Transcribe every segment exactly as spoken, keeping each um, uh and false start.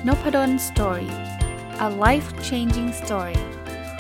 Noppadan Story. A life-changing story.ส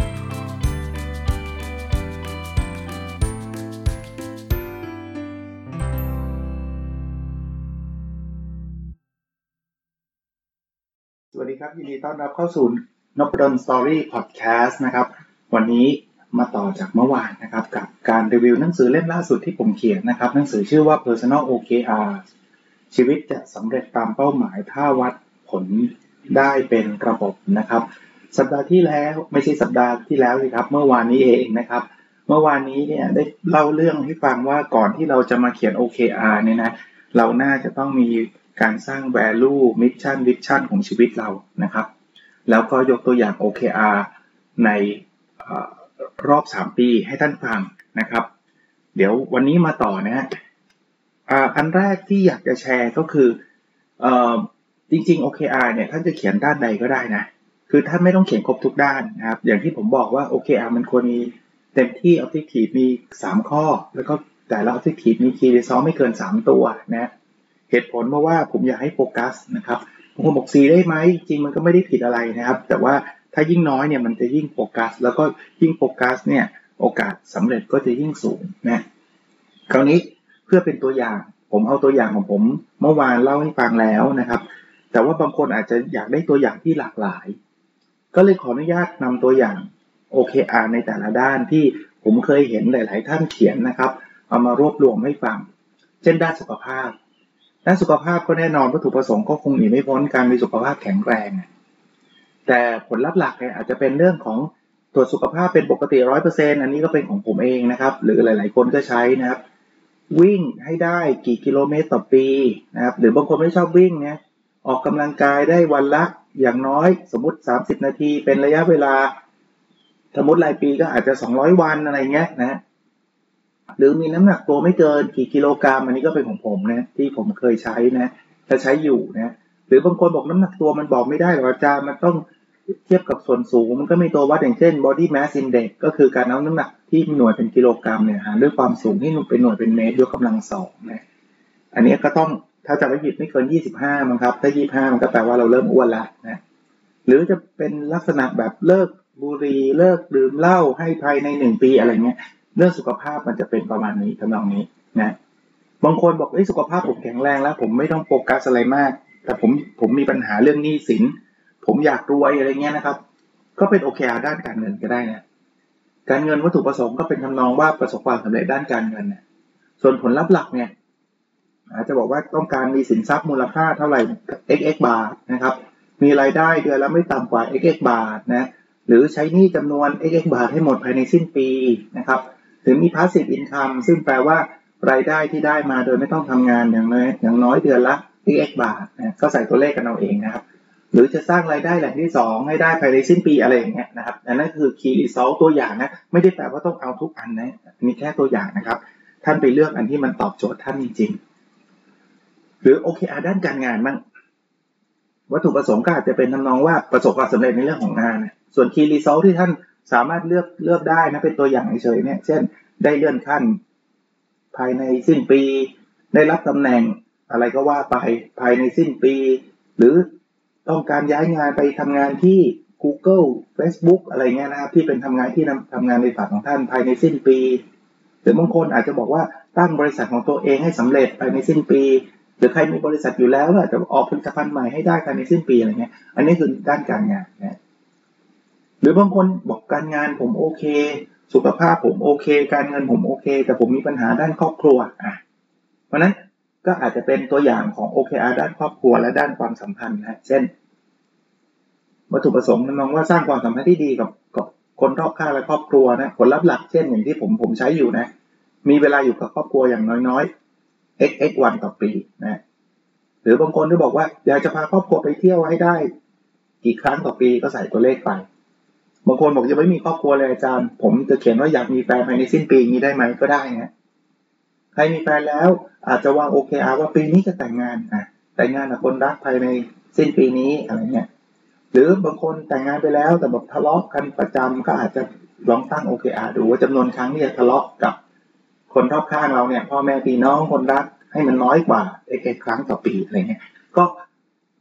วัสดีครับยินดีต้อนรับเข้าสู่ Noppadan Story Podcast นะครับวันนี้มาต่อจากเมื่อวานนะครับกับการรีวิวหนังสือเล่มล่าสุดที่ผมเขียนนะครับหนังสือชื่อว่า Personal โอ เค อาร์ ชีวิตจะสำเร็จตามเป้าหมายถ้าวัดผลได้เป็นระบบนะครับสัปดาห์ที่แล้วไม่ใช่สัปดาห์ที่แล้วสิครับเมื่อวานนี้เองนะครับเมื่อวานนี้เนี่ยได้เล่าเรื่องให้ฟังว่าก่อนที่เราจะมาเขียน โอ เค อาร์ เนี่ยนะเราน่าจะต้องมีการสร้าง value mission vision ของชีวิตเรานะครับแล้วก็ยกตัวอย่าง โอ เค อาร์ ในรอบสามปีให้ท่านฟังนะครับเดี๋ยววันนี้มาต่อนะฮะอันแรกที่อยากจะแชร์ก็คือเอ่อจริงๆ โอ เค อาร์ เนี่ยท่านจะเขียนด้านใดก็ได้นะคือท่านไม่ต้องเขียนครบทุกด้านนะครับอย่างที่ผมบอกว่า โอ เค อาร์ มันควรมีเต็มที่ objective มีสามข้อแล้วก็แต่ละ objective มี key result ไม่เกินสามตัวนะเหตุผลเพราะว่าผมอยากให้โฟกัสนะครับบางคนบอกสี่ได้ไหมจริงมันก็ไม่ได้ผิดอะไรนะครับแต่ว่าถ้ายิ่งน้อยเนี่ยมันจะยิ่งโฟกัสแล้วก็ยิ่งโฟกัสเนี่ยโอกาสสำเร็จก็จะยิ่งสูงนะคราวนี้เพื่อเป็นตัวอย่างผมเอาตัวอย่างของผมเมื่อวานเล่าให้ฟังแล้วนะครับแต่ว่าบางคนอาจจะอยากได้ตัวอย่างที่หลากหลายก็เลยขออนุญาตนำตัวอย่าง โอ เค อาร์ ในแต่ละด้านที่ผมเคยเห็นหลายๆท่านเขียนนะครับเอามารวบรวมให้ฟังเช่นด้านสุขภาพด้านสุขภาพก็แน่นอนวัตถุประสงค์ก็คงหนีไม่พ้นการมีสุขภาพแข็งแรงแต่ผลลัพธ์หลักเนี่ยอาจจะเป็นเรื่องของตรวจสุขภาพเป็นปกติ ร้อยเปอร์เซ็นต์ อันนี้ก็เป็นของผมเองนะครับหรือหลายๆคนก็ใช้นะครับวิ่งให้ได้กี่กิโลเมตรต่อปีนะครับหรือบางคนไม่ชอบวิ่งเนี่ยออกกำลังกายได้วันละอย่างน้อยสมมุติสามสิบนาทีเป็นระยะเวลาสมมุติรายปีก็อาจจะสองร้อยวันอะไรเงี้ยนะหรือมีน้ำหนักตัวไม่เกินกี่กิโลกรัมอันนี้ก็เป็นของผมนะที่ผมเคยใช้นะจะใช้อยู่นะหรือบางคนบอกน้ำหนักตัวมันบอกไม่ได้หรอกอาจารย์มันต้องเทียบกับส่วนสูงมันก็มีตัววัดอย่างเช่น body mass index ก็คือการเอาน้ำหนักที่หน่วยเป็นกิโลกรัมเนี่ยหารด้วยความสูงที่เป็นหน่วยเป็นเมตรยกกำลังสองนะอันนี้ก็ต้องถ้าจะไม่ผิดไม่เกินยี่สิบห้ามั้งครับถ้ายี่สิบห้ามันก็แปลว่าเราเริ่มอ้วนแล้วนะหรือจะเป็นลักษณะแบบเลิกบุหรี่เลิกดื่มเหล้าให้ภายในหนึ่งปีอะไรเงี้ยเรื่องสุขภาพมันจะเป็นประมาณนี้ทำนองนี้นะบางคนบอกเอ้ยสุขภาพผมแข็งแรงแล้วผมไม่ต้องโฟกัสอะไรมากแต่ผมผมมีปัญหาเรื่องหนี้สินผมอยากรวยอะไรเงี้ยนะครับก็เป็น โอ เค อาร์ ด้านการเงินก็ได้นะการเงินวัตถุประสงค์ก็เป็นทำนองว่าประสบความสำเร็จด้านการเงินเนี่ยส่วนผลลัพธ์หลักเนี่ยอาจจะบอกว่าต้องการมีสินทรัพย์มูลค่าเท่าไหร่ xx บาทนะครับมีรายได้เดือนละไม่ต่ำกว่า xx บาทนะหรือใช้หนี้จำนวน xx บาทให้หมดภายในสิ้นปีนะครับหรือมี passive income ซึ่งแปลว่ารายได้ที่ได้มาโดยไม่ต้องทำงานอย่างน้อยอย่างน้อยเดือนละ xx บาทนะก็ใส่ตัวเลขกันเอาเองนะครับหรือจะสร้างรายได้แหล่งที่สองให้ได้ภายในสิ้นปีอะไรอย่างเงี้ยนะครับอันนั้นคือ key result ตัวอย่างนะไม่ได้แปลว่าต้องเอาทุกอันนะอันนี้แค่ตัวอย่างนะครับท่านไปเลือกอันที่มันตอบโจทย์ท่านจริงๆหรือ โอ เค อาร์ ด้านการงานบ้างวัตถุประสงค์ก็อาจจะเป็นทำนองว่าประสบความสำเร็จในเรื่องของงานส่วน key result ที่ท่านสามารถเลือกเลือกได้นะเป็นตัวอย่างเฉยๆเนี่ยเช่นได้เลื่อนขั้นภายในสิ้นปีได้รับตำแหน่งอะไรก็ว่าไปภายในสิ้นปีหรือต้องการย้ายงานไปทำงานที่ Google Facebook อะไรเงี้ยนะครับที่เป็นทำงานที่ทำงานในฝันของท่านภายในสิ้นปีหรือบางคนอาจจะบอกว่าตั้งบริษัทของตัวเองให้สำเร็จภายในสิ้นปีหรือใครมีบริษัทอยู่แล้วอาจจะออกผลิตภัณฑ์ใหม่ให้ได้ภายในสิ้นปีอะไรเงี้ยอันนี้คือด้านการงานนะหรือบางคนบอกการงานผมโอเคสุขภาพผมโอเคการเงินผมโอเคแต่ผมมีปัญหาด้านครอบครัวอ่ะเพราะนั้นก็อาจจะเป็นตัวอย่างของ โอ เค อาร์ ด้านครอบครัวและด้านความสัมพันธ์นะเช่นวัตถุประสงค์มันมองว่าสร้างความสัมพันธ์ที่ดีกับกับคนรอบข้างและครอบครัวนะผลลัพธ์หลักเช่นอย่างที่ผมผมใช้อยู่นะมีเวลาอยู่กับครอบครัวอย่างน้อยๆ xx วันต่อปีนะหรือบางคนที่บอกว่าอยากจะพาครอบครัวไปเที่ยวให้ได้กี่ครั้งต่อปีก็ใส่ตัวเลขไปบางคนบอกยังไม่มีครอบครัวเลยอาจารย์ผมจะเขียนว่าอยากมีแฟนภายในสิ้นปีนี้ได้ไหมก็ได้นะใครมีแฟนแล้วอาจจะวาง โอ เค อาร์ ว่าปีนี้จะแต่งงานอ่ะแต่งงานกับคนรักภายในสิ้นปีนี้อะไรเงี้ยหรือบางคนแต่งงานไปแล้วแต่แบบทะเลาะกันประจำก็อาจจะลองตั้ง โอ เค อาร์ ดูว่าจำนวนครั้งที่จะทะเลาะกับคนรอบข้างเราเนี่ยพ่อแม่พี่น้องคนรักให้มันน้อยกว่า xx ครั้งต่อปีอะไรเงี้ยก็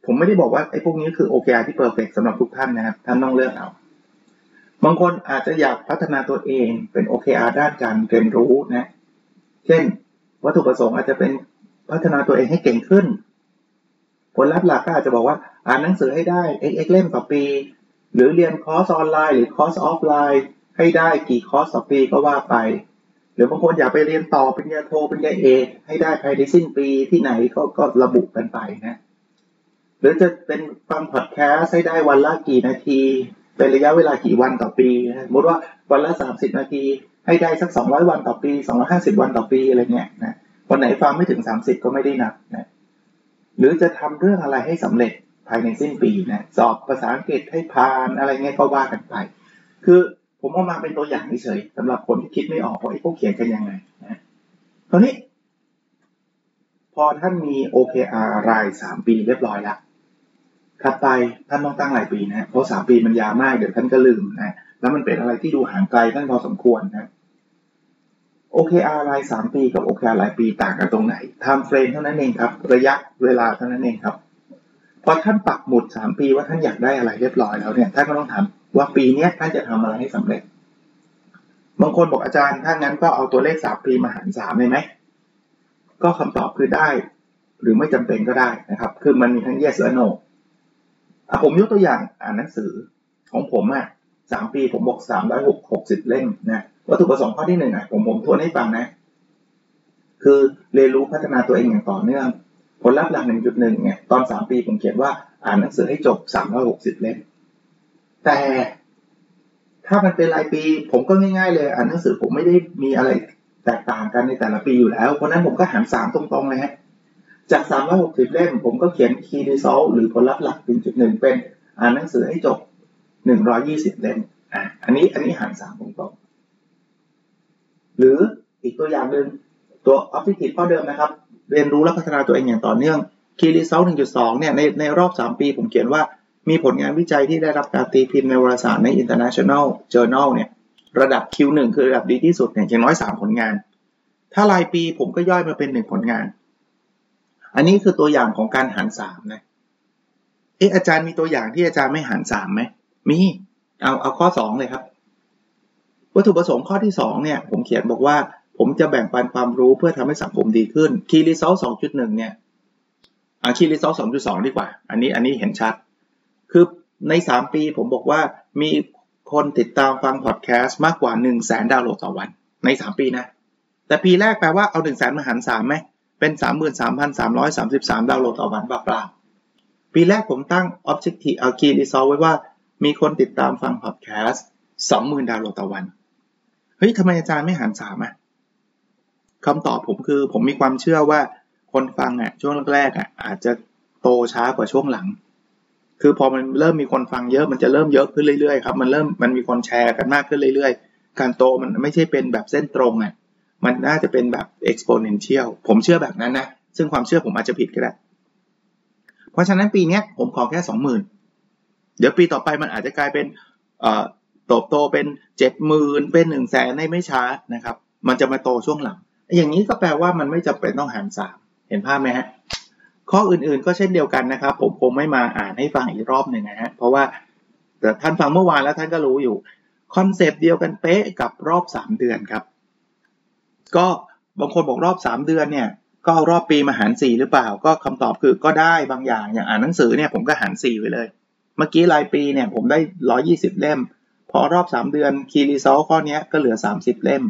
ผมไม่ได้บอกว่าไอ้พวกนี้คือ โอ เค อาร์ ที่ perfect สำหรับทุกท่านนะครับท่านต้องเลือกเอาบางคนอาจจะอยากพัฒนาตัวเองเป็น โอ เค อาร์ ด้านการเรียนรู้นะเช่นวัตถุประสงค์อาจจะเป็นพัฒนาตัวเองให้เก่งขึ้นผลลัพธ์หลักก็อาจจะบอกว่าอ่านหนังสือให้ได้ เอ็กซ์ เอ็กซ์ เล่มต่อปีหรือเรียนคอร์สออนไลน์หรือคอร์สออฟไลน์ให้ได้กี่คอร์สต่อปีก็ว่าไปหรือบางคนอยากไปเรียนต่อปริญญาโทปริญญาเอกให้ได้ภายในสิ้นปีที่ไหนก็ก็ระบุกันไปนะหรือจะเป็นฟังพอดแคสต์ให้ได้วันละกี่นาทีเป็นระยะเวลากี่วันต่อปีสมมติว่าวันละสามสิบนาทีให้ได้สักสองร้อยวันต่อปีสองร้อยห้าสิบวันต่อปีอะไรเงี้ยนะวันไหนฟังไม่ถึงสามสิบก็ไม่ได้นับนะหรือจะทำเรื่องอะไรให้สำเร็จภายในสิ้นปีนะสอบภาษาอังกฤษให้ผ่านอะไรเงี้ยก็ว่ากันไปคือผมเอามาเป็นตัวอย่างเฉยๆสำหรับคนที่คิดไม่ออกว่าไอ้พวกเขียนกันยังไงนะตอนนี้พอท่านมี โอ เค อาร์ รายสามปีเรียบร้อยแล้วถัดไปท่านต้องตั้งรายปีนะเพราะสามปีมันยาวมากเดี๋ยวท่านก็ลืมนะแล้วมันเป็นอะไรที่ดูห่างไกลท่านพอสมควรนะ โอ เค อาร์ รายสามปีกับ โอ เค อาร์ รายปีต่างกันตรงไหน time frame เท่านั้นเองครับระยะเวลาเท่านั้นเองครับพอท่านปักหมุดสามปีว่าท่านอยากได้อะไรเรียบร้อยแล้วเนี่ยท่านก็ต้องถามว่าปีนี้ท่านจะทำอะไรให้สำเร็จบางคนบอกอาจารย์ถ้างั้นก็เอาตัวเลขสามปีมาหารสามได้ไหมก็คำตอบคือได้หรือไม่จำเป็นก็ได้นะครับคือมันมีทั้ง yes และ no อ่ะผมยกตัวอย่างอ่านหนังสือของผมอ่ะสามปีผมบอกสามร้อยหกสิบเล่มนะวัตถุประสงค์ข้อที่หนึ่งอ่ะผมผมทวนให้ฟังนะคือเรียนรู้พัฒนาตัวเองอย่างต่อเนื่องผลลัพธ์หลัก หนึ่งจุดหนึ่ง เนี่ยตอนสามปีผมเขียนว่าอ่านหนังสือให้จบสามร้อยหกสิบเล่มแต่ถ้ามันเป็นรายปีผมก็ง่ายๆเลยอ่านหนังสือผมไม่ได้มีอะไรแตกต่างกันในแต่ละปีอยู่แล้วเพราะนั้นผมก็หารสามตรงๆเลยฮะจากสามร้อยหกสิบเล่มผมก็เขียน key result หรือผลลัพธ์หลัก หนึ่งจุดหนึ่ง เป็นอ่านหนังสือให้จบหนึ่งร้อยยี่สิบเล่มอ่ะอันนี้อันนี้หารสามตรงๆหรืออีกตัวอย่างนึงตัว objective ข้อเดิมนะครับเรียนรู้และพัฒนาตัวเองอย่างต่อเนื่อง key result หนึ่งจุดสอง เนี่ยในในรอบสามปีผมเขียนว่ามีผลงานวิจัยที่ได้รับการตีพิมพ์ในวารสารใน International Journal เนี่ยระดับ คิว หนึ่ง คือระดับดีที่สุดเนี่ยอย่างน้อยสามผลงานถ้ารายปีผมก็ย่อยมาเป็นหนึ่งผลงานอันนี้คือตัวอย่างของการหารสามนะเอ๊ะอาจารย์มีตัวอย่างที่อาจารย์ไม่หารสามไหมมีเอาเอาข้อสองเลยครับวัตถุประสงค์ข้อที่สองเนี่ยผมเขียนบอกว่าผมจะแบ่งปันความรู้เพื่อทำให้สังคมดีขึ้น Key Result สองจุดหนึ่ง เนี่ยอ่า Key Result สองจุดสอง ดีกว่าอันนี้อันนี้เห็นชัดคือในสามปีผมบอกว่ามีคนติดตามฟังพอดแคสต์มากกว่า หนึ่งแสน ดาวน์โหลดต่อวันในสามปีนะแต่ปีแรกแปลว่าเอา หนึ่งแสน มาหารสามไหมเป็น สามหมื่นสามพันสามร้อยสามสิบสาม ดาวน์โหลดต่อวันเปล่าๆปีแรกผมตั้ง Objective เอา Key Result ไว้ว่ามีคนติดตามฟังพอดแคสต์ สองหมื่น ดาวน์โหลดต่อวันเฮ้ยทำไมอาจารย์ไม่หารสามอ่ะคำตอบผมคือผมมีความเชื่อว่าคนฟังอ่ะช่วงแรกๆอ่ะอาจจะโตช้ากว่าช่วงหลังคือพอมันเริ่มมีคนฟังเยอะมันจะเริ่มเยอะขึ้นเรื่อยๆครับมันเริ่มมันมีคนแชร์กันมากขึ้นเรื่อยๆการโตมันไม่ใช่เป็นแบบเส้นตรงอ่ะมันน่าจะเป็นแบบ exponential ผมเชื่อแบบนั้นนะซึ่งความเชื่อผมอาจจะผิดก็ได้เพราะฉะนั้นปีนี้ผมขอแค่ สองหมื่น เดี๋ยวปีต่อไปมันอาจจะกลายเป็นเอ่อโตโตเป็น เจ็ดหมื่น เป็น หนึ่งแสน ในไม่ช้านะครับมันจะมาโตช่วงหลังอย่างนี้ก็แปลว่ามันไม่จำเป็นต้องหารสามเห็นภาพไหมฮะข้ออื่นๆก็เช่นเดียวกันนะครับผมคงไม่มาอ่านให้ฟังอีกรอบหนึ่งนะฮะเพราะว่าแต่ท่านฟังเมื่อวานแล้วท่านก็รู้อยู่คอนเซปต์เดียวกันเป๊ะกับรอบสามเดือนครับก็บางคนบอกรอบสามเดือนเนี่ยก็เอารอบปีมาหารสี่หรือเปล่าก็คำตอบคือก็ได้บางอย่างอย่างอ่านหนังสือเนี่ยผมก็หารสี่ไปเลยเมื่อกี้รายปีเนี่ยผมได้หนึ่งร้อยยี่สิบเล่มพอรอบสามเดือน Key Result ข้อนี้ก็เหลือสามสิบเล่ม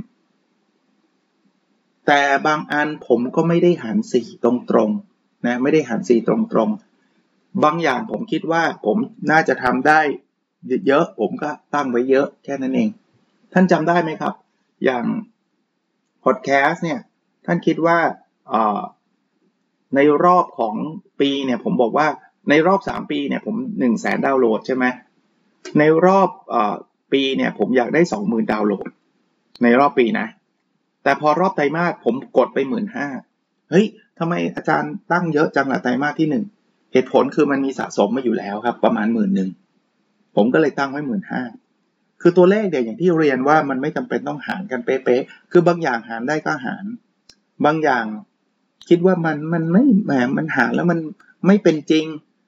แต่บางอันผมก็ไม่ได้หารสี่ตรงๆนะไม่ได้หารสี่ตรงๆบางอย่างผมคิดว่าผมน่าจะทำได้เยอะผมก็ตั้งไว้เยอะแค่นั้นเองท่านจำได้ไหมครับอย่างพอดแคสต์เนี่ยท่านคิดว่าในรอบของปีเนี่ยผมบอกว่าในรอบสามปีเนี่ยผม หนึ่งแสน ดาวน์โหลดใช่ไหมในรอบเอ่อปีเนี่ยผมอยากได้ สองหมื่น ดาวน์โหลดในรอบปีนะแต่พอรอบไตรมาสผมกดไป หนึ่งหมื่นห้าพัน เฮ้ยทำไมอาจารย์ตั้งเยอะจังล่ะไตรมาสที่หนึ่งเหตุผลคือมันมีสะสมมาอยู่แล้วครับประมาณ หมื่นหนึ่ง ผมก็เลยตั้งไว้ หนึ่งหมื่นห้าพัน คือตัวเลขเนี่ยอย่างที่เรียนว่ามันไม่จำเป็นต้องหารกันเป๊ะๆคือบางอย่างหารได้ก็หารบางอย่างคิดว่ามันมันไม่แหมมันหารแล้วมันไม่เป็นจริง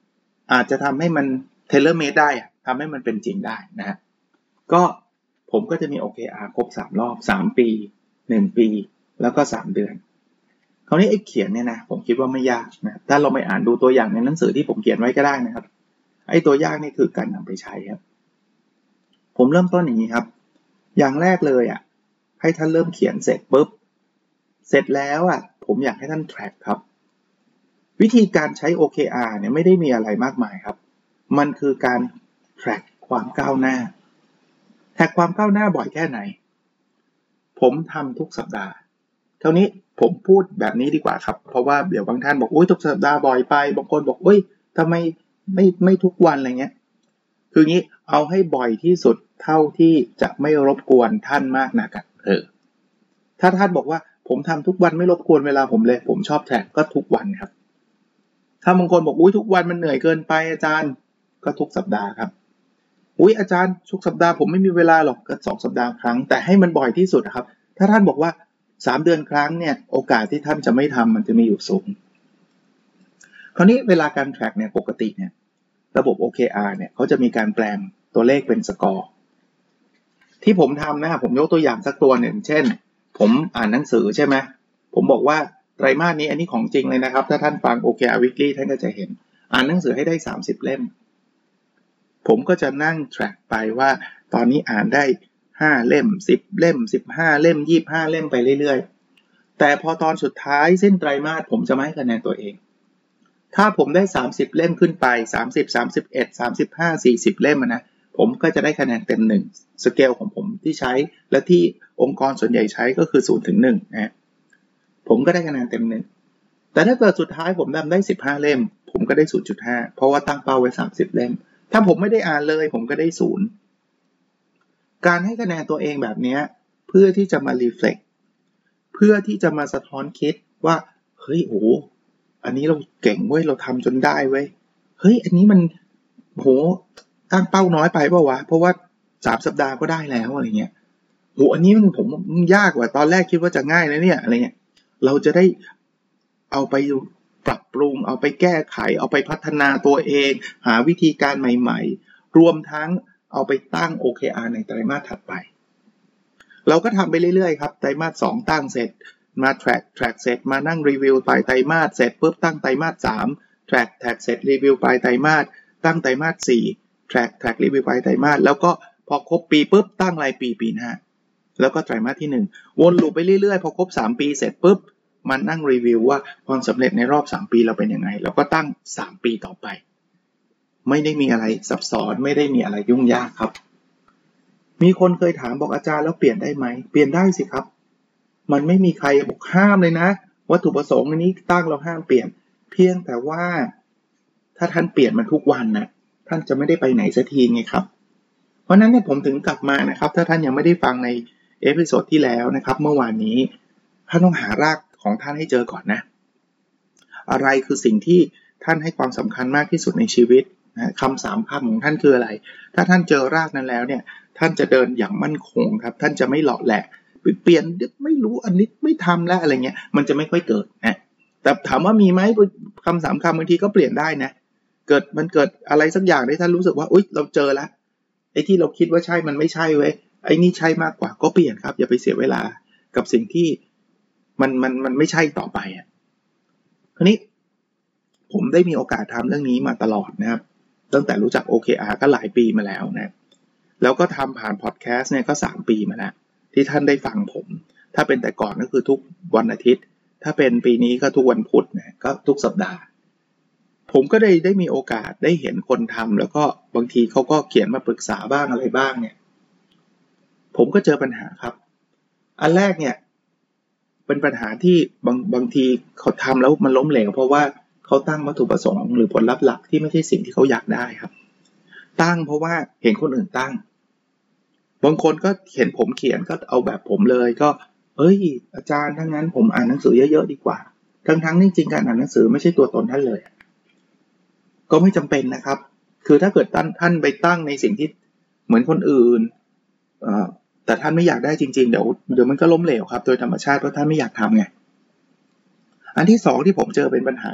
อาจจะทำให้มันเทเลอร์เมดได้ทำให้มันเป็นจริงได้นะฮะก็ผมก็จะมี โอ เค อาร์ ครบสามรอบสามปีหนึ่งปีแล้วก็สามเดือนคราวนี้ไอ้เขียนเนี่ยนะผมคิดว่าไม่ยากนะถ้าเราไปอ่านดูตัวอย่างในหนังสือที่ผมเขียนไว้ก็ได้นะครับไอ้ตัวยากนี่คือการนำไปใช้ครับผมเริ่มต้นอย่างนี้ครับอย่างแรกเลยอ่ะให้ท่านเริ่มเขียนเสร็จปุ๊บเสร็จแล้วอ่ะผมอยากให้ท่าน track ครับวิธีการใช้ โอ เค อาร์ เนี่ยไม่ได้มีอะไรมากมายครับมันคือการ track ความก้าวหน้า track ความก้าวหน้าบ่อยแค่ไหนผมทำทุกสัปดาห์เท่านี้ผมพูดแบบนี้ดีกว่าครับเพราะว่าเดี๋ยวบางท่านบอกอุ้ยทุกสัปดาห์บ่อยไปบางคนบอกอุ้ยทำไมไม่ไม่ทุกวันอะไรเงี้ยคืองี้เอาให้บ่อยที่สุดเท่าที่จะไม่รบกวนท่านมากนักเออถ้าท่านบอกว่าผมทำทุกวันไม่รบกวนเวลาผมเลยผมชอบแท็กก็ทุกวันครับถ้าบางคนบอกอุ้ยทุกวันมันเหนื่อยเกินไปอาจารย์ก็ทุกสัปดาห์ครับอุ้ยอาจารย์ทุกสัปดาห์ผมไม่มีเวลาหรอกก็สองสัปดาห์ครั้งแต่ให้มันบ่อยที่สุดครับถ้าท่านบอกว่าสามเดือนครั้งเนี่ยโอกาสที่ท่านจะไม่ทำมันจะมีอยู่สูงคราวนี้เวลาการแทร็กเนี่ยปกติเนี่ยระบบ โอ เค อาร์ เนี่ยเขาจะมีการแปลงตัวเลขเป็นสกอร์ที่ผมทำนะผมยกตัวอย่างสักตัวหนึ่งเช่นผมอ่านหนังสือใช่ไหมผมบอกว่าไตรมาสนี้อันนี้ของจริงเลยนะครับถ้าท่านฟัง โอ เค อาร์ Weekly ท่านก็จะเห็นอ่านหนังสือให้ได้สามสิบเล่มผมก็จะนั่งแทร็กไปว่าตอนนี้อ่านได้ห้าเล่มสิบเล่มสิบห้าเล่มยี่สิบห้าเล่มไปเรื่อยๆแต่พอตอนสุดท้ายสิ้นไตรมาสผมจะไม่ให้คะแนนตัวเองถ้าผมได้สามสิบเล่มขึ้นไปสามสิบ สามสิบเอ็ด สามสิบห้า สี่สิบเล่มนะผมก็จะได้คะแนนเต็มหนึ่งสเกลของผมที่ใช้และที่องค์กรส่วนใหญ่ใช้ก็คือศูนย์ถึงหนึ่งนะผมก็ได้คะแนนเต็มหนึ่งแต่ถ้าเกิดสุดท้ายผมทำได้สิบห้าเล่มผมก็ได้ ศูนย์จุดห้า เพราะว่าตั้งเป้าไว้สามสิบเล่มถ้าผมไม่ได้อ่านเลยผมก็ได้ศูนย์การให้คะแนนตัวเองแบบนี้เพื่อที่จะมา reflect เพื่อที่จะมาสะท้อนคิดว่าเฮ้ยโอ้อันนี้เราเก่งเว้ยเราทำจนได้เว้ยเฮ้ยอันนี้มันโหตั้งเป้าน้อยไปเปล่าวะเพราะว่าสามสัปดาห์ก็ได้แล้วอะไรเงี้ยโหอันนี้มันผมยากกว่าตอนแรกคิดว่าจะง่ายนะเนี่ยอะไรเงี้ยเราจะได้เอาไปปรับปรุงเอาไปแก้ไขเอาไปพัฒนาตัวเองหาวิธีการใหม่ๆรวมทั้งเอาไปตั้ง โอ เค อาร์ ในไตรมาสถัดไปเราก็ทำไปเรื่อยๆครับไตรมาสสองตั้งเสร็จมา track track เสร็จมานั่งรีวิวปลายไตรมาสเสร็จปุ๊บตั้งไตรมาสสาม track track เสร็จรีวิวปลายไตรมาสตั้งไตรมาสสี่ track track รีวิวปลายไตรมาสแล้วก็พอครบปีปุ๊บตั้งรายปีปีหน้าแล้วก็ไตรมาสที่หนึ่งวนลูปไปเรื่อยๆพอครบสามปีเสร็จปุ๊บมันนั่งรีวิวว่าความสำเร็จในรอบสามปีเราเป็นยังไงแล้วก็ตั้งสามปีต่อไปไม่ได้มีอะไรซับซ้อนไม่ได้มีอะไรยุ่งยากครับมีคนเคยถามบอกอาจารย์แล้วเปลี่ยนได้ไหมเปลี่ยนได้สิครับมันไม่มีใครบอกห้ามเลยนะวัตถุประสงค์อันนี้ตั้งเราห้ามเปลี่ยนเพียงแต่ว่าถ้าท่านเปลี่ยนมันทุกวันนะท่านจะไม่ได้ไปไหนสักทีไงครับเพราะนั้นเนี่ยผมถึงกลับมานะครับถ้าท่านยังไม่ได้ฟังในเอพิโซดที่แล้วนะครับเมื่อวานนี้ท่านต้องหารากของท่านให้เจอก่อนนะอะไรคือสิ่งที่ท่านให้ความสำคัญมากที่สุดในชีวิตนะคำสามคำของท่านคืออะไรถ้าท่านเจอรากนั้นแล้วเนี่ยท่านจะเดินอย่างมั่นคงครับท่านจะไม่หลอกแหละเปลี่ยนไม่รู้อันนี้ไม่ทำแล้วอะไรเงี้ยมันจะไม่ค่อยเกิดนะแต่ถามว่ามีไหมคำสามคำบางทีก็เปลี่ยนได้นะเกิดมันเกิดอะไรสักอย่างที่ท่านรู้สึกว่าอุ๊ยเราเจอแล้วไอ้ที่เราคิดว่าใช่มันไม่ใช่เว้ยไอ้นี่ใช่มากกว่าก็เปลี่ยนครับอย่าไปเสียเวลากับสิ่งที่มันมันมันไม่ใช่ต่อไปอ่ะคราวนี้ผมได้มีโอกาสทำเรื่องนี้มาตลอดนะครับตั้งแต่รู้จัก โอ เค อาร์ ก็หลายปีมาแล้วนะแล้วก็ทำผ่านพอดแคสต์เนี่ยก็สามปีมาแล้วที่ท่านได้ฟังผมถ้าเป็นแต่ก่อนก็คือทุกวันอาทิตย์ถ้าเป็นปีนี้ก็ทุกวันพุธนะก็ทุกสัปดาห์ผมก็ได้ได้มีโอกาสได้เห็นคนทำแล้วก็บางทีเขาก็เขียนมาปรึกษาบ้างอะไรบ้างเนี่ยผมก็เจอปัญหาครับอันแรกเนี่ยเป็นปัญหาที่บางบางทีเขาทำแล้วมันล้มเหลวเพราะว่าเขาตั้งวัตถุประสงค์หรือผลลัพธ์หลักที่ไม่ใช่สิ่งที่เขาอยากได้ครับตั้งเพราะว่าเห็นคนอื่นตั้งบางคนก็เห็นผมเขียนก็เอาแบบผมเลยก็เอ้ยอาจารย์ถ้างั้นผมอ่านหนังสือเยอะๆดีกว่าทั้งๆนี่จริงการอ่านหนังสือไม่ใช่ตัวตนท่านเลยก็ไม่จำเป็นนะครับคือถ้าเกิดท่านท่านไปตั้งในสิ่งที่เหมือนคนอื่นเอ่อแต่ท่านไม่อยากได้จริงๆเดี๋ยวเดี๋ยวมันก็ล้มเหลวครับโดยธรรมชาติเพราะท่านไม่อยากทำไงอันที่สองที่ผมเจอเป็นปัญหาคือ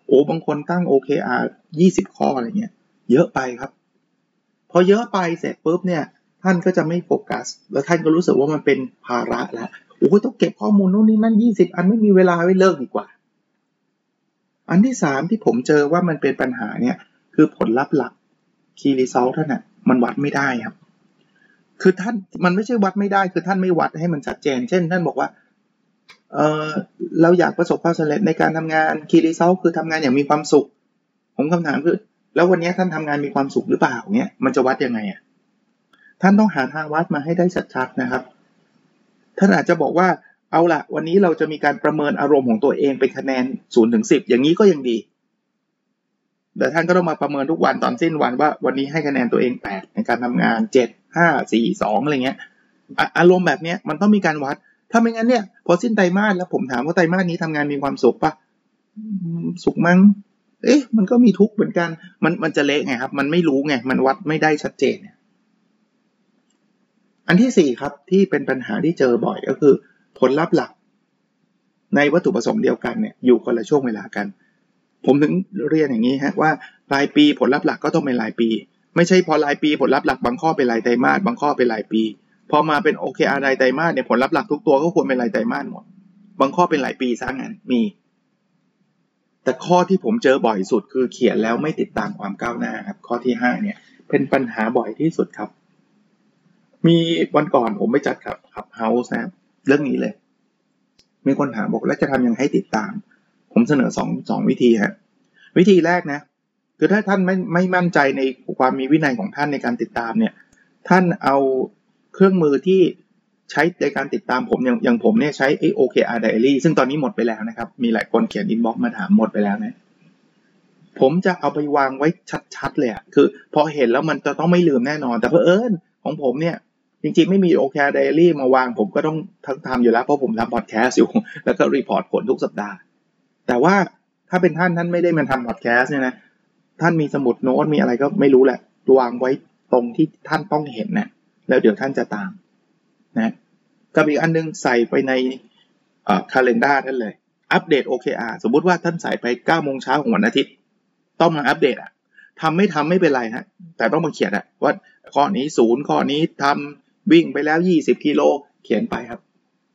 โอ้บางคนตั้ง โอ เค อาร์ ยี่สิบข้ออะไรเงี้ยเยอะไปครับพอเยอะไปเสร็จปุ๊บเนี่ยท่านก็จะไม่โฟกัสแล้วท่านก็รู้สึกว่ามันเป็นภาระแล้วโอ้ต้องเก็บข้อมูลโน่นนี่นั่นยี่สิบอันไม่มีเวลาไว้เลิกดีกว่าอันที่สามที่ผมเจอว่ามันเป็นปัญหาเนี่ยคือผลลัพธ์หลัก Key Result ท่านน่ะมันวัดไม่ได้ครับคือท่านมันไม่ใช่วัดไม่ได้คือท่านไม่วัดให้มันชัดเจนเช่นท่านบอกว่าเออเราอยากประสบความสำเร็จในการทำงาน Key Result คือทำงานอย่างมีความสุขผมคำถามคือแล้ววันนี้ท่านทำงานมีความสุขหรือเปล่าเนี่ยมันจะวัดยังไงอ่ะท่านต้องหาทางวัดมาให้ได้ชัดๆนะครับท่านอาจจะบอกว่าเอาล่ะวันนี้เราจะมีการประเมินอารมณ์ของตัวเองเป็นคะแนนศูนย์ถึงสิบอย่างนี้ก็ยังดีแต่ท่านก็ต้องมาประเมินทุกวันตอนสิ้นวันว่าวันนี้ให้คะแนนตัวเองแปดในการทำงานเจ็ด ห้า สี่ สองอะไรเงี้ยอารมณ์แบบนี้มันต้องมีการวัดถ้าไม่งั้นเนี่ยพอสิ้นไตรมาสแล้วผมถามว่าไตรมาสนี้ทำงานมีความสุขปะสุขมั้งเอ๊ะมันก็มีทุกข์เหมือนกันมันมันจะเละไงครับมันไม่รู้ไงมันวัดไม่ได้ชัดเจนเนี่ยอันที่สี่ครับที่เป็นปัญหาที่เจอบ่อยก็คือผลลัพธ์หลักในวัตถุประสงค์เดียวกันเนี่ยอยู่คนละช่วงเวลากันผมถึงเรียนอย่างนี้ฮะว่ารายปีผลลัพธ์หลักก็ต้องเป็นรายปีไม่ใช่พอรายปีผลลัพธ์หลักบางข้อเป็นรายไตรมาสบางข้อเป็นรายปีพอมาเป็น โอ เค อาร์ รายไตรมาสเนี่ยผลลัพธ์หลักทุกตัวก็ควรเป็นรายไตรมาสหมดบางข้อเป็นรายปีซะงั้นมีแต่ข้อที่ผมเจอบ่อยสุดคือเขียนแล้วไม่ติดตามความก้าวหน้าครับข้อที่ห้าเนี่ยเป็นปัญหาบ่อยที่สุดครับมีวันก่อนผมไปจัดครับขับเฮาส์นะเรื่องนี้เลยมีคนถามบอกแล้วจะทำยังไงให้ติดตามผมเสนอสอง สองวิธีฮะวิธีแรกนะคือถ้าท่านไม่ไม่มั่นใจในความมีวินัยของท่านในการติดตามเนี่ยท่านเอาเครื่องมือที่ใช้ในการติดตามผมอย่างอย่างผมเนี่ยใช้ไอ้ โอ เค อาร์ Diary ซึ่งตอนนี้หมดไปแล้วนะครับมีหลายคนเขียนอินบ็อกซ์มาถามหมดไปแล้วนะผมจะเอาไปวางไว้ชัดๆเลยอ่ะคือพอเห็นแล้วมันจะต้องไม่ลืมแน่นอนแต่เผอิญของผมเนี่ยจริงๆไม่มี โอ เค อาร์ Diary มาวางผมก็ต้องทั้งทำอยู่แล้วเพราะผมทำพอดแคสต์อยู่แล้วก็รีพอร์ตผลทุกสัปดาห์แต่ว่าถ้าเป็นท่านท่านไม่ได้มาทำพอดแคสต์เนี่ยนะท่านมีสมุดโน้ตมีอะไรก็ไม่รู้แหละวางไว้ตรงที่ท่านต้องเห็นนะแล้วเดี๋ยวท่านจะตามนะกับอีกอันนึงใส่ไปในเอ่อ calendar ท่านเลยอัปเดต โอ เค อาร์ สมมุติว่าท่านใส่ไป เก้าโมงเช้าของวันอาทิตย์ต้องมาอัปเดตอ่ะทำไม่ทำไม่เป็นไรฮะแต่ต้องมาเขียนอ่ะว่าข้อนี้ศูนย์ข้อนี้ทำวิ่งไปแล้วยี่สิบกิโลเขียนไปครับ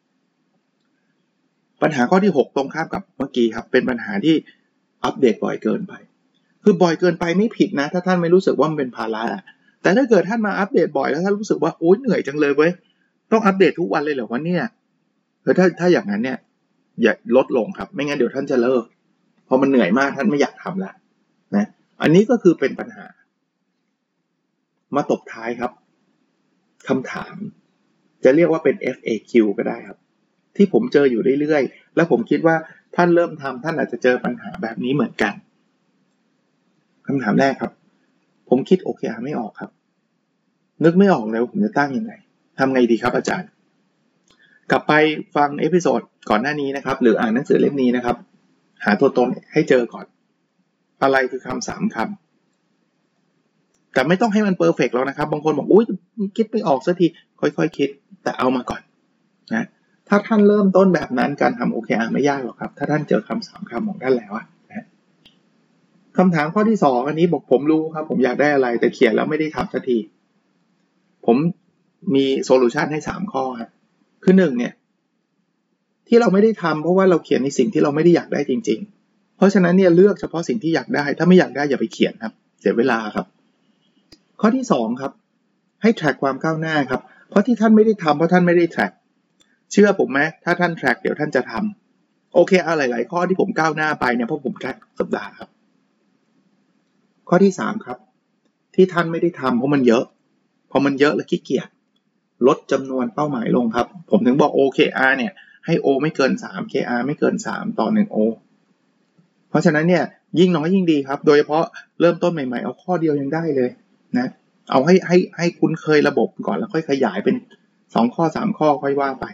ปัญหาข้อที่หกตรงข้ามกับเมื่อกี้ครับเป็นปัญหาที่อัปเดตบ่อยเกินไปคือบ่อยเกินไปไม่ผิดนะถ้าท่านไม่รู้สึกว่ามันเป็นภาระแต่ถ้าเกิดท่านมาอัปเดตบ่อยแล้วท่านรู้สึกว่าโอ๊ยเหนื่อยจังเลยเว้ยต้องอัปเดตทุกวันเลยเหรอวะเนี่ยเออถ้าถ้าอย่างนั้นเนี่ยอย่าลดลงครับไม่งั้นเดี๋ยวท่านจะเลิกพอมันเหนื่อยมากท่านไม่อยากทำละนะอันนี้ก็คือเป็นปัญหามาตบท้ายครับคำถามจะเรียกว่าเป็น เอฟ เอ คิว ก็ได้ครับที่ผมเจออยู่เรื่อยๆแล้วผมคิดว่าท่านเริ่มทำท่านอาจจะเจอปัญหาแบบนี้เหมือนกันคำถามแรกครับผมคิด โอ เค อาร์ ไม่ออกครับนึกไม่ออกเลยว่าผมจะตั้งยังไงทำไงดีครับอาจารย์กลับไปฟังเอพิโซดก่อนหน้านี้นะครับหรืออ่านหนังสือเล่มนี้นะครับหาตัวตนให้เจอก่อนอะไรคือคำสามคำแต่ไม่ต้องให้มันเพอร์เฟกต์แล้วนะครับบางคนบอกอุ๊ยคิดไม่ออกสักทีค่อยๆ ค, คิดแต่เอามาก่อนนะถ้าท่านเริ่มต้นแบบนั้นการทำ โอ เค อาร์ ไม่ยากหรอกครับถ้าท่านเจอคำสามคำของท่านแล้วนะคำถามข้อที่สองอันนี้บอกผมรู้ครับผมอยากได้อะไรแต่เขียนแล้วไม่ได้ทำสักทีผมมีโซลูชันให้สามข้อครับคือหนึ่งเนี่ยที่เราไม่ได้ทำเพราะว่าเราเขียนในสิ่งที่เราไม่ได้อยากได้จริงๆเพราะฉะนั้นเนี่ยเลือกเฉพาะสิ่งที่อยากได้ถ้าไม่อยากได้อย่าไปเขียนครับเสียเวลาครับข้อที่สองครับให้ track ความก้าวหน้าครับเพราะที่ท่านไม่ได้ทำเพราะท่านไม่ได้ track เชื่อผมไหมถ้าท่าน track เดี๋ยวท่านจะทำโอเคเอาหลายๆข้อที่ผมก้าวหน้าไปเนี่ยเพราะผม track สัปดาห์ครับข้อที่สามครับที่ท่านไม่ได้ทำเพราะมันเยอะพอมันเยอะแล้วขี้เกียจลดจำนวนเป้าหมายลงครับผมถึงบอก โอ เค อาร์ เนี่ยให้ O ไม่เกินสาม เค อาร์ ไม่เกินสามต่อหนึ่ง O เพราะฉะนั้นเนี่ยยิ่งน้อยยิ่งดีครับโดยเฉพาะเริ่มต้นใหม่ๆเอาข้อเดียวยังได้เลยนะเอาให้ให้ให้คุ้นเคยระบบก่อนแล้วค่อยขยายเป็นสองข้อสามข้อค่อยว่าไป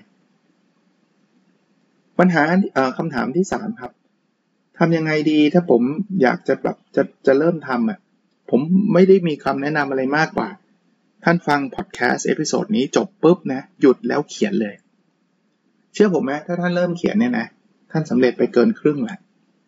ปัญหาเอ่อคำถามที่สามครับทำยังไงดีถ้าผมอยากจะแบบจะจะเริ่มทำอ่ะผมไม่ได้มีคำแนะนำอะไรมากกว่าท่านฟังพอดแคสต์เอพิโซดนี้จบปุ๊บนะหยุดแล้วเขียนเลยเชื่อผมไหมถ้าท่านเริ่มเขียนเนี่ยนะท่านสำเร็จไปเกินครึ่งแหละ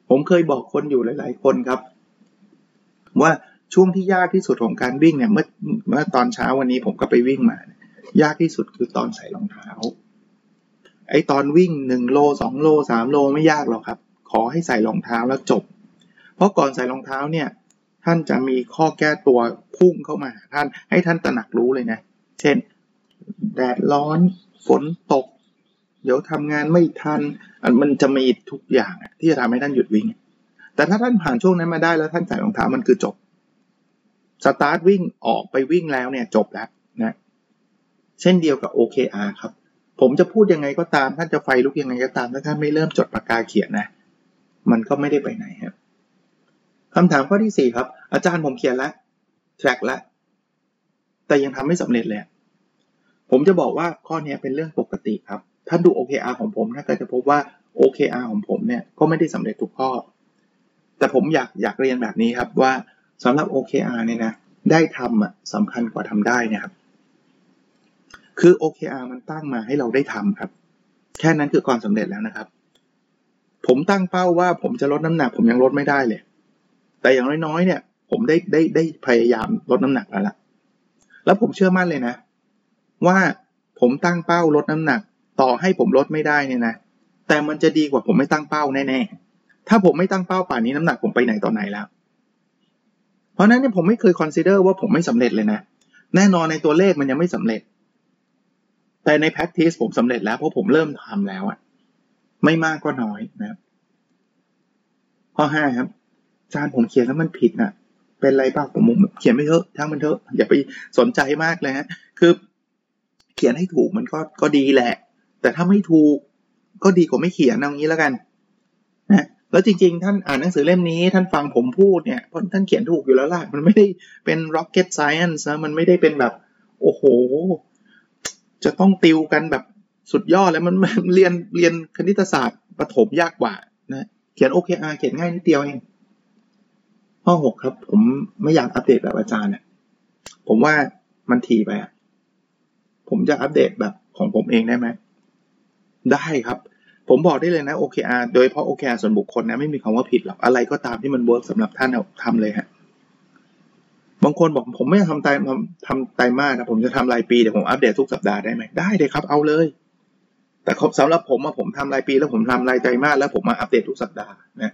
ผมเคยบอกคนอยู่หลายๆคนครับว่าช่วงที่ยากที่สุดของการวิ่งเนี่ยเมื่อเมื่อตอนเช้าวันนี้ผมก็ไปวิ่งมายากที่สุดคือตอนใส่รองเท้าไอ้ตอนวิ่งหนึ่งโลสองโลสามโลไม่ยากหรอกครับขอให้ใส่รองเท้าแล้วจบเพราะก่อนใส่รองเท้าเนี่ยท่านจะมีข้อแก้ตัวพุ่งเข้ามาท่านให้ท่านตระหนักรู้เลยนะเช่นแดดร้อนฝนตกเดี๋ยวทำงานไม่ทันมันจะมีทุกอย่างที่จะทำให้ท่านหยุดวิ่งแต่ถ้าท่านผ่านช่วงนั้นมาได้แล้วท่านใส่รองเท้ามันคือจบสตาร์ทวิ่งออกไปวิ่งแล้วเนี่ยจบแล้วนะเช่นเดียวกับ โอ เค อาร์ ครับผมจะพูดยังไงก็ตามท่านจะไฟลุกยังไงก็ตามถ้าท่านไม่เริ่มจดปากกาเขียนนะมันก็ไม่ได้ไปไหนครับคำถามข้อที่สี่ครับอาจารย์ผมเขียนแล้วแทร็กแล้วแต่ยังทำไม่สำเร็จเลยผมจะบอกว่าข้อนี้เป็นเรื่องปกติครับถ้าดู โอ เค อาร์ ของผมท่านก็จะพบว่า โอ เค อาร์ ของผมเนี่ยก็ไม่ได้สำเร็จทุกข้อแต่ผมอยากอยากเรียนแบบนี้ครับว่าสำหรับ โอ เค อาร์ เนี่ยนะได้ทำอ่ะสำคัญกว่าทำได้นะครับคือ โอ เค อาร์ มันตั้งมาให้เราได้ทำครับแค่นั้นคือความสำเร็จแล้วนะครับผมตั้งเป้าว่าผมจะลดน้ำหนักผมยังลดไม่ได้เลยแต่อย่างน้อยๆเนี่ยผมได้ได้ได้พยายามลดน้ำหนักแล้วล่ะแล้วผมเชื่อมั่นเลยนะว่าผมตั้งเป้าลดน้ำหนักต่อให้ผมลดไม่ได้เนี่ยนะแต่มันจะดีกว่าผมไม่ตั้งเป้าแน่ๆถ้าผมไม่ตั้งเป้าป่านนี้น้ำหนักผมไปไหนต่อไหนแล้วเพราะนั้นเนี่ยผมไม่เคย consider ว่าผมไม่สำเร็จเลยนะแน่นอนในตัวเลขมันยังไม่สำเร็จแต่ใน practice ผมสำเร็จแล้วเพราะผมเริ่มทำแล้วอ่ะไม่มากก็น้อยนะครับข้อห้าครับอาจารย์ผมเขียนแล้วมันผิดน่ะเป็นไรบ้างผมเขียนไม่เถอะช่างมันเถอะอย่าไปสนใจมากเลยฮะคือเขียนให้ถูกมันก็ก็ดีแหละแต่ถ้าไม่ถูกก็ดีกว่าไม่เขียนเอางี้แล้วกันนะแล้วจริงๆท่านอ่านหนังสือเล่มนี้ท่านฟังผมพูดเนี่ยเพราะท่านเขียนถูกอยู่แล้วล่ะมันไม่ได้เป็น rocket science นะมันไม่ได้เป็นแบบโอ้โหจะต้องติวกันแบบสุดยอดแล้วมันเรียนเรียนคณิตศาสตร์ประถมยากกว่านะเขียน โอ เค อาร์ เขียนง่ายนิดเดียวเองข้อหกครับผมไม่อยากอัปเดตแบบอาจารย์เนี่ยผมว่ามันถี่ไปอ่ะผมจะอัปเดตแบบของผมเองได้ไหมได้ครับผมบอกได้เลยนะ โอ เค อาร์ โดยเฉพาะ โอ เค อาร์ ส่วนบุคคลนะไม่มีคำว่าผิดหรอกอะไรก็ตามที่มันเวิร์กสำหรับท่านทำเลยฮะบางคนบอกผมไม่ทำไตรทำไตรมาสนะผมจะทำรายปีเดี๋ยวผมอัปเดตทุกสัปดาห์ได้ไหมได้เลยครับเอาเลยแต่สำหรับผมอะผมทำรายปีแล้วผมทำรายไตรมาสแล้วผมมาอัปเดตทุกสัปดาห์นะ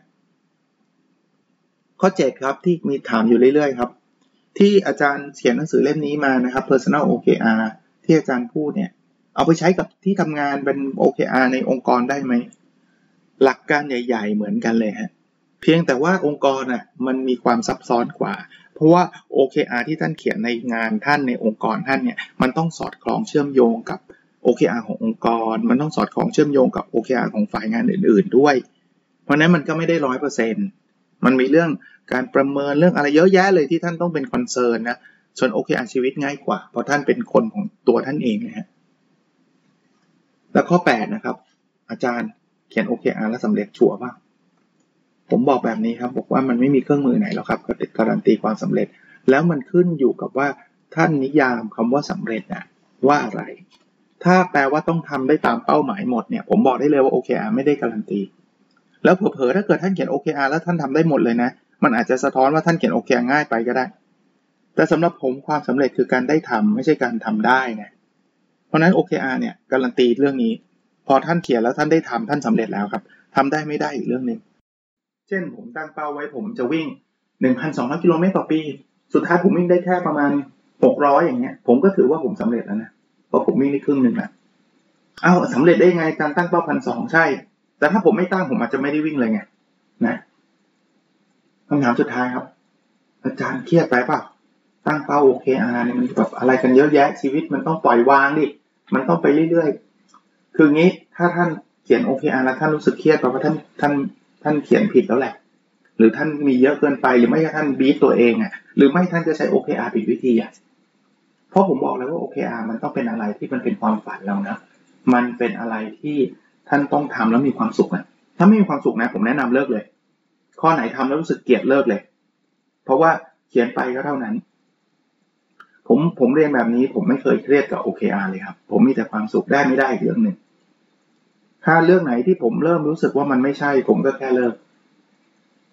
ข้อเจ็ดครับที่มีถามอยู่เรื่อยๆครับที่อาจารย์เขียนหนังสือเล่มนี้มานะครับ Personal โอ เค อาร์ ที่อาจารย์พูดเนี่ยเอาไปใช้กับที่ทำงานเป็น โอ เค อาร์ ในองค์กรได้ไหมหลักการใหญ่ๆเหมือนกันเลยฮะเพียงแต่ว่าองค์กรอ่ะมันมีความซับซ้อนกว่าเพราะว่า โอ เค อาร์ ที่ท่านเขียนในงานท่านในองค์กรท่านเนี่ยมันต้องสอดคล้องเชื่อมโยงกับ โอ เค อาร์ ขององค์กรมันต้องสอดคล้องเชื่อมโยงกับ โอ เค อาร์ ของฝ่ายงานอื่นๆด้วยเพราะนั้นมันก็ไม่ได้ ร้อยเปอร์เซ็นต์ มันมีเรื่องการประเมินเรื่องอะไรเยอะแยะเลยที่ท่านต้องเป็นคอนเซิร์นนะส่วน โอ เค อาร์ ชีวิตง่ายกว่าเพราะท่านเป็นคนของตัวท่านเองนะฮะแล้วข้อแปดนะครับอาจารย์เขียน โอ เค อาร์ แล้วสำเร็จชัวร์ป่ะผมบอกแบบนี้ครับบอกว่ามันไม่มีเครื่องมือไหนหรอกครับการันตีความสำเร็จแล้วมันขึ้นอยู่กับว่าท่านนิยามคำว่าสำเร็จนะว่าอะไรถ้าแปลว่าต้องทำได้ตามเป้าหมายหมดเนี่ยผมบอกได้เลยว่า โอ เค อาร์ ไม่ได้การันตีแล้วเผลอๆถ้าเกิดท่านเขียน โอ เค อาร์ แล้วท่านทำได้หมดเลยนะมันอาจจะสะท้อนว่าท่านเขียน โอ เค อาร์ ง่ายไปก็ได้แต่สำหรับผมความสำเร็จคือการได้ทำไม่ใช่การทำได้นะเพราะนั้น โอ เค อาร์ เนี่ยการันตีเรื่องนี้พอท่านเขียนแล้วท่านได้ทำท่านสำเร็จแล้วครับทำได้ไม่ได้อีกเรื่องนึงเช่นผมตั้งเป้าไว้ผมจะวิ่ง หนึ่งพันสองร้อย กิโลเมตรต่อปีสุดท้ายผมวิ่งได้แค่ประมาณหกร้อยอย่างเงี้ยผมก็ถือว่าผมสำเร็จแล้วนะเพราะผมวิ่งได้ครึ่งนึงแล้วอ้าวสำเร็จได้ไงการตั้งเป้า หนึ่งพันสองร้อย ใช่แต่ถ้าผมไม่ตั้งผมอาจจะไม่ได้วิ่งเลยไงนะคำถามสุดท้ายครับอาจารย์เครียดไปเปล่าตั้งเป้า โอ เค อาร์ เนี่ยมันแบบอะไรกันเยอะแยะชีวิตมันต้องปล่อยวางดิมันต้องไปเรื่อยๆคืองี้ถ้าท่านเขียน โอ เค อาร์ แล้วท่านรู้สึกเครียดเพราะว่าท่านท่านท่านเขียนผิดแล้วแหละหรือท่านมีเยอะเกินไปหรือไม่ท่านบีทตัวเองอ่ะหรือไม่ท่านจะใช้ โอ เค อาร์ ผิดวิธีอ่ะเพราะผมบอกแล้วว่า โอ เค อาร์ มันต้องเป็นอะไรที่มันเป็นความฝันเรานะมันเป็นอะไรที่ท่านต้องทำแล้วมีความสุขนะถ้าไม่มีความสุขนะผมแนะนำเลิกเลยข้อไหนทำแล้วรู้สึกเกลียดเลิกเลยเพราะว่าเขียนไปก็เท่านั้นผมผมเรียนแบบนี้ผมไม่เคยเครียดกับ โอ เค อาร์ เลยครับผมมีแต่ความสุขได้ไม่ได้อีกเรื่องนึงถ้าเรื่องไหนที่ผมเริ่มรู้สึกว่ามันไม่ใช่ผมก็แค่เลิก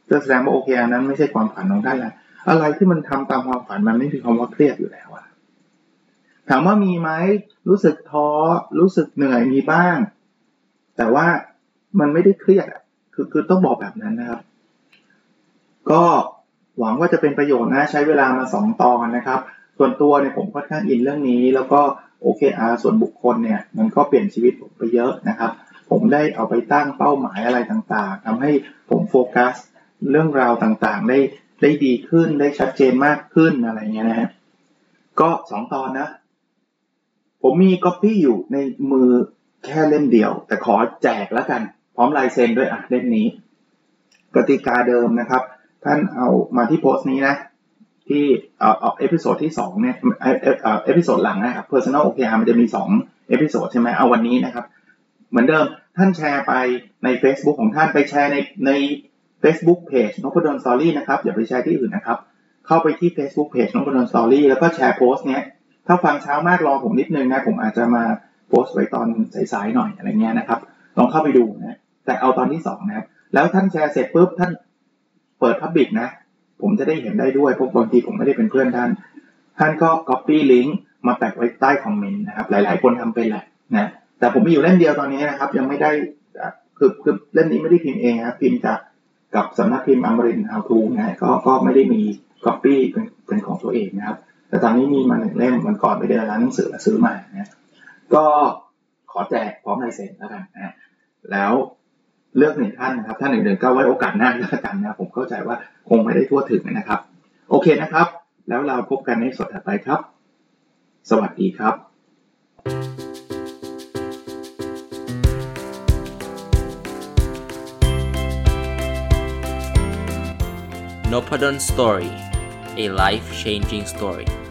จะแสดงว่าโอเคอันนั้นไม่ใช่ความฝันของท่านแหละอะไรที่มันทำตามความฝันมันไม่มีคำว่าเครียดอยู่แล้วอะถามว่ามีไหมรู้สึกท้อรู้สึกเหนื่อยมีบ้างแต่ว่ามันไม่ได้เครียดอะคือคือต้องบอกแบบนั้นนะครับก็หวังว่าจะเป็นประโยชน์นะใช้เวลามาสองตอนนะครับส่วนตัวเนี่ยผมค่อนข้างอินเรื่องนี้แล้วก็โอเคอาส่วนบุคคลเนี่ยมันก็เปลี่ยนชีวิตผมไปเยอะนะครับผมได้เอาไปตั้งเป้าหมายอะไรต่างๆทำให้ผมโฟกัสเรื่องราวต่างๆได้ได้ดีขึ้นได้ชัดเจนมากขึ้นอะไรเงี้ยนะฮะก็สองตอนนะผมมีก๊อปปี้อยู่ในมือแค่เล่มเดียวแต่ขอแจกแล้วกันพร้อมลายเซ็นด้วยอ่ะเล่มนี้กติกาเดิมนะครับท่านเอามาที่โพสต์นี้นะที่เอาเอาเอพิโซดที่สองเนี่ยเอ่อเอ่อเอพิโซดหลังนะครับ Personal โอ เค อาร์ มันจะมีสองเอพิโซดใช่ไหมเอาวันนี้นะครับเหมือนเดิมท่านแชร์ไปใน Facebook ของท่านไปแชร์ในใน Facebook Page นพดล Story นะครับอย่าไปแชร์ที่อื่นนะครับเข้าไปที่ Facebook Page นพดล Story แล้วก็แชร์โพสต์เนี้ยถ้าฟังเช้ามากรอผมนิดนึงนะผมอาจจะมาโพสต์ไว้ตอนสายๆหน่อยอะไรเงี้ยนะครับลองเข้าไปดูนะแต่เอาตอนที่สองนะครับแล้วท่านแชร์เสร็จปุ๊บท่านเปิด Public นะผมจะได้เห็นได้ด้วยเพราะบางทีผมไม่ได้เป็นเพื่อนท่านท่านก็ copy link มาแปะไว้ใต้คอมเมนต์นะครับหลายๆคนทำเป็นแหละนะแต่ผมมีอยู่เล่มเดียวตอนนี้นะครับยังไม่ได้คือคือเล่มนี้ไม่ได้พิมพ์เองครับพิมพ์จากกับสำนักพิมพ์อมรินทร์ How to นะก็ก็ไม่ได้มี copy เป็นเป็นของตัวเองนะครับแต่ตอนนี้มีมาหนึ่งเล่มมันก่อนไปเดินร้านหนังสือซื้อมานะก็ขอแจกพร้อมลายเซ็นแล้วกันนะแล้วเลือกหนึ่งท่านนะครับท่านหนึ่งเดือนก็ไว้โอกาสหน้าแล้วกันนะผมเข้าใจว่าคงไม่ได้ทั่วถึงนะครับโอเคนะครับแล้วเราพบกันในสดถัดไปครับสวัสดีครับ Nopadon Story, a life-changing story.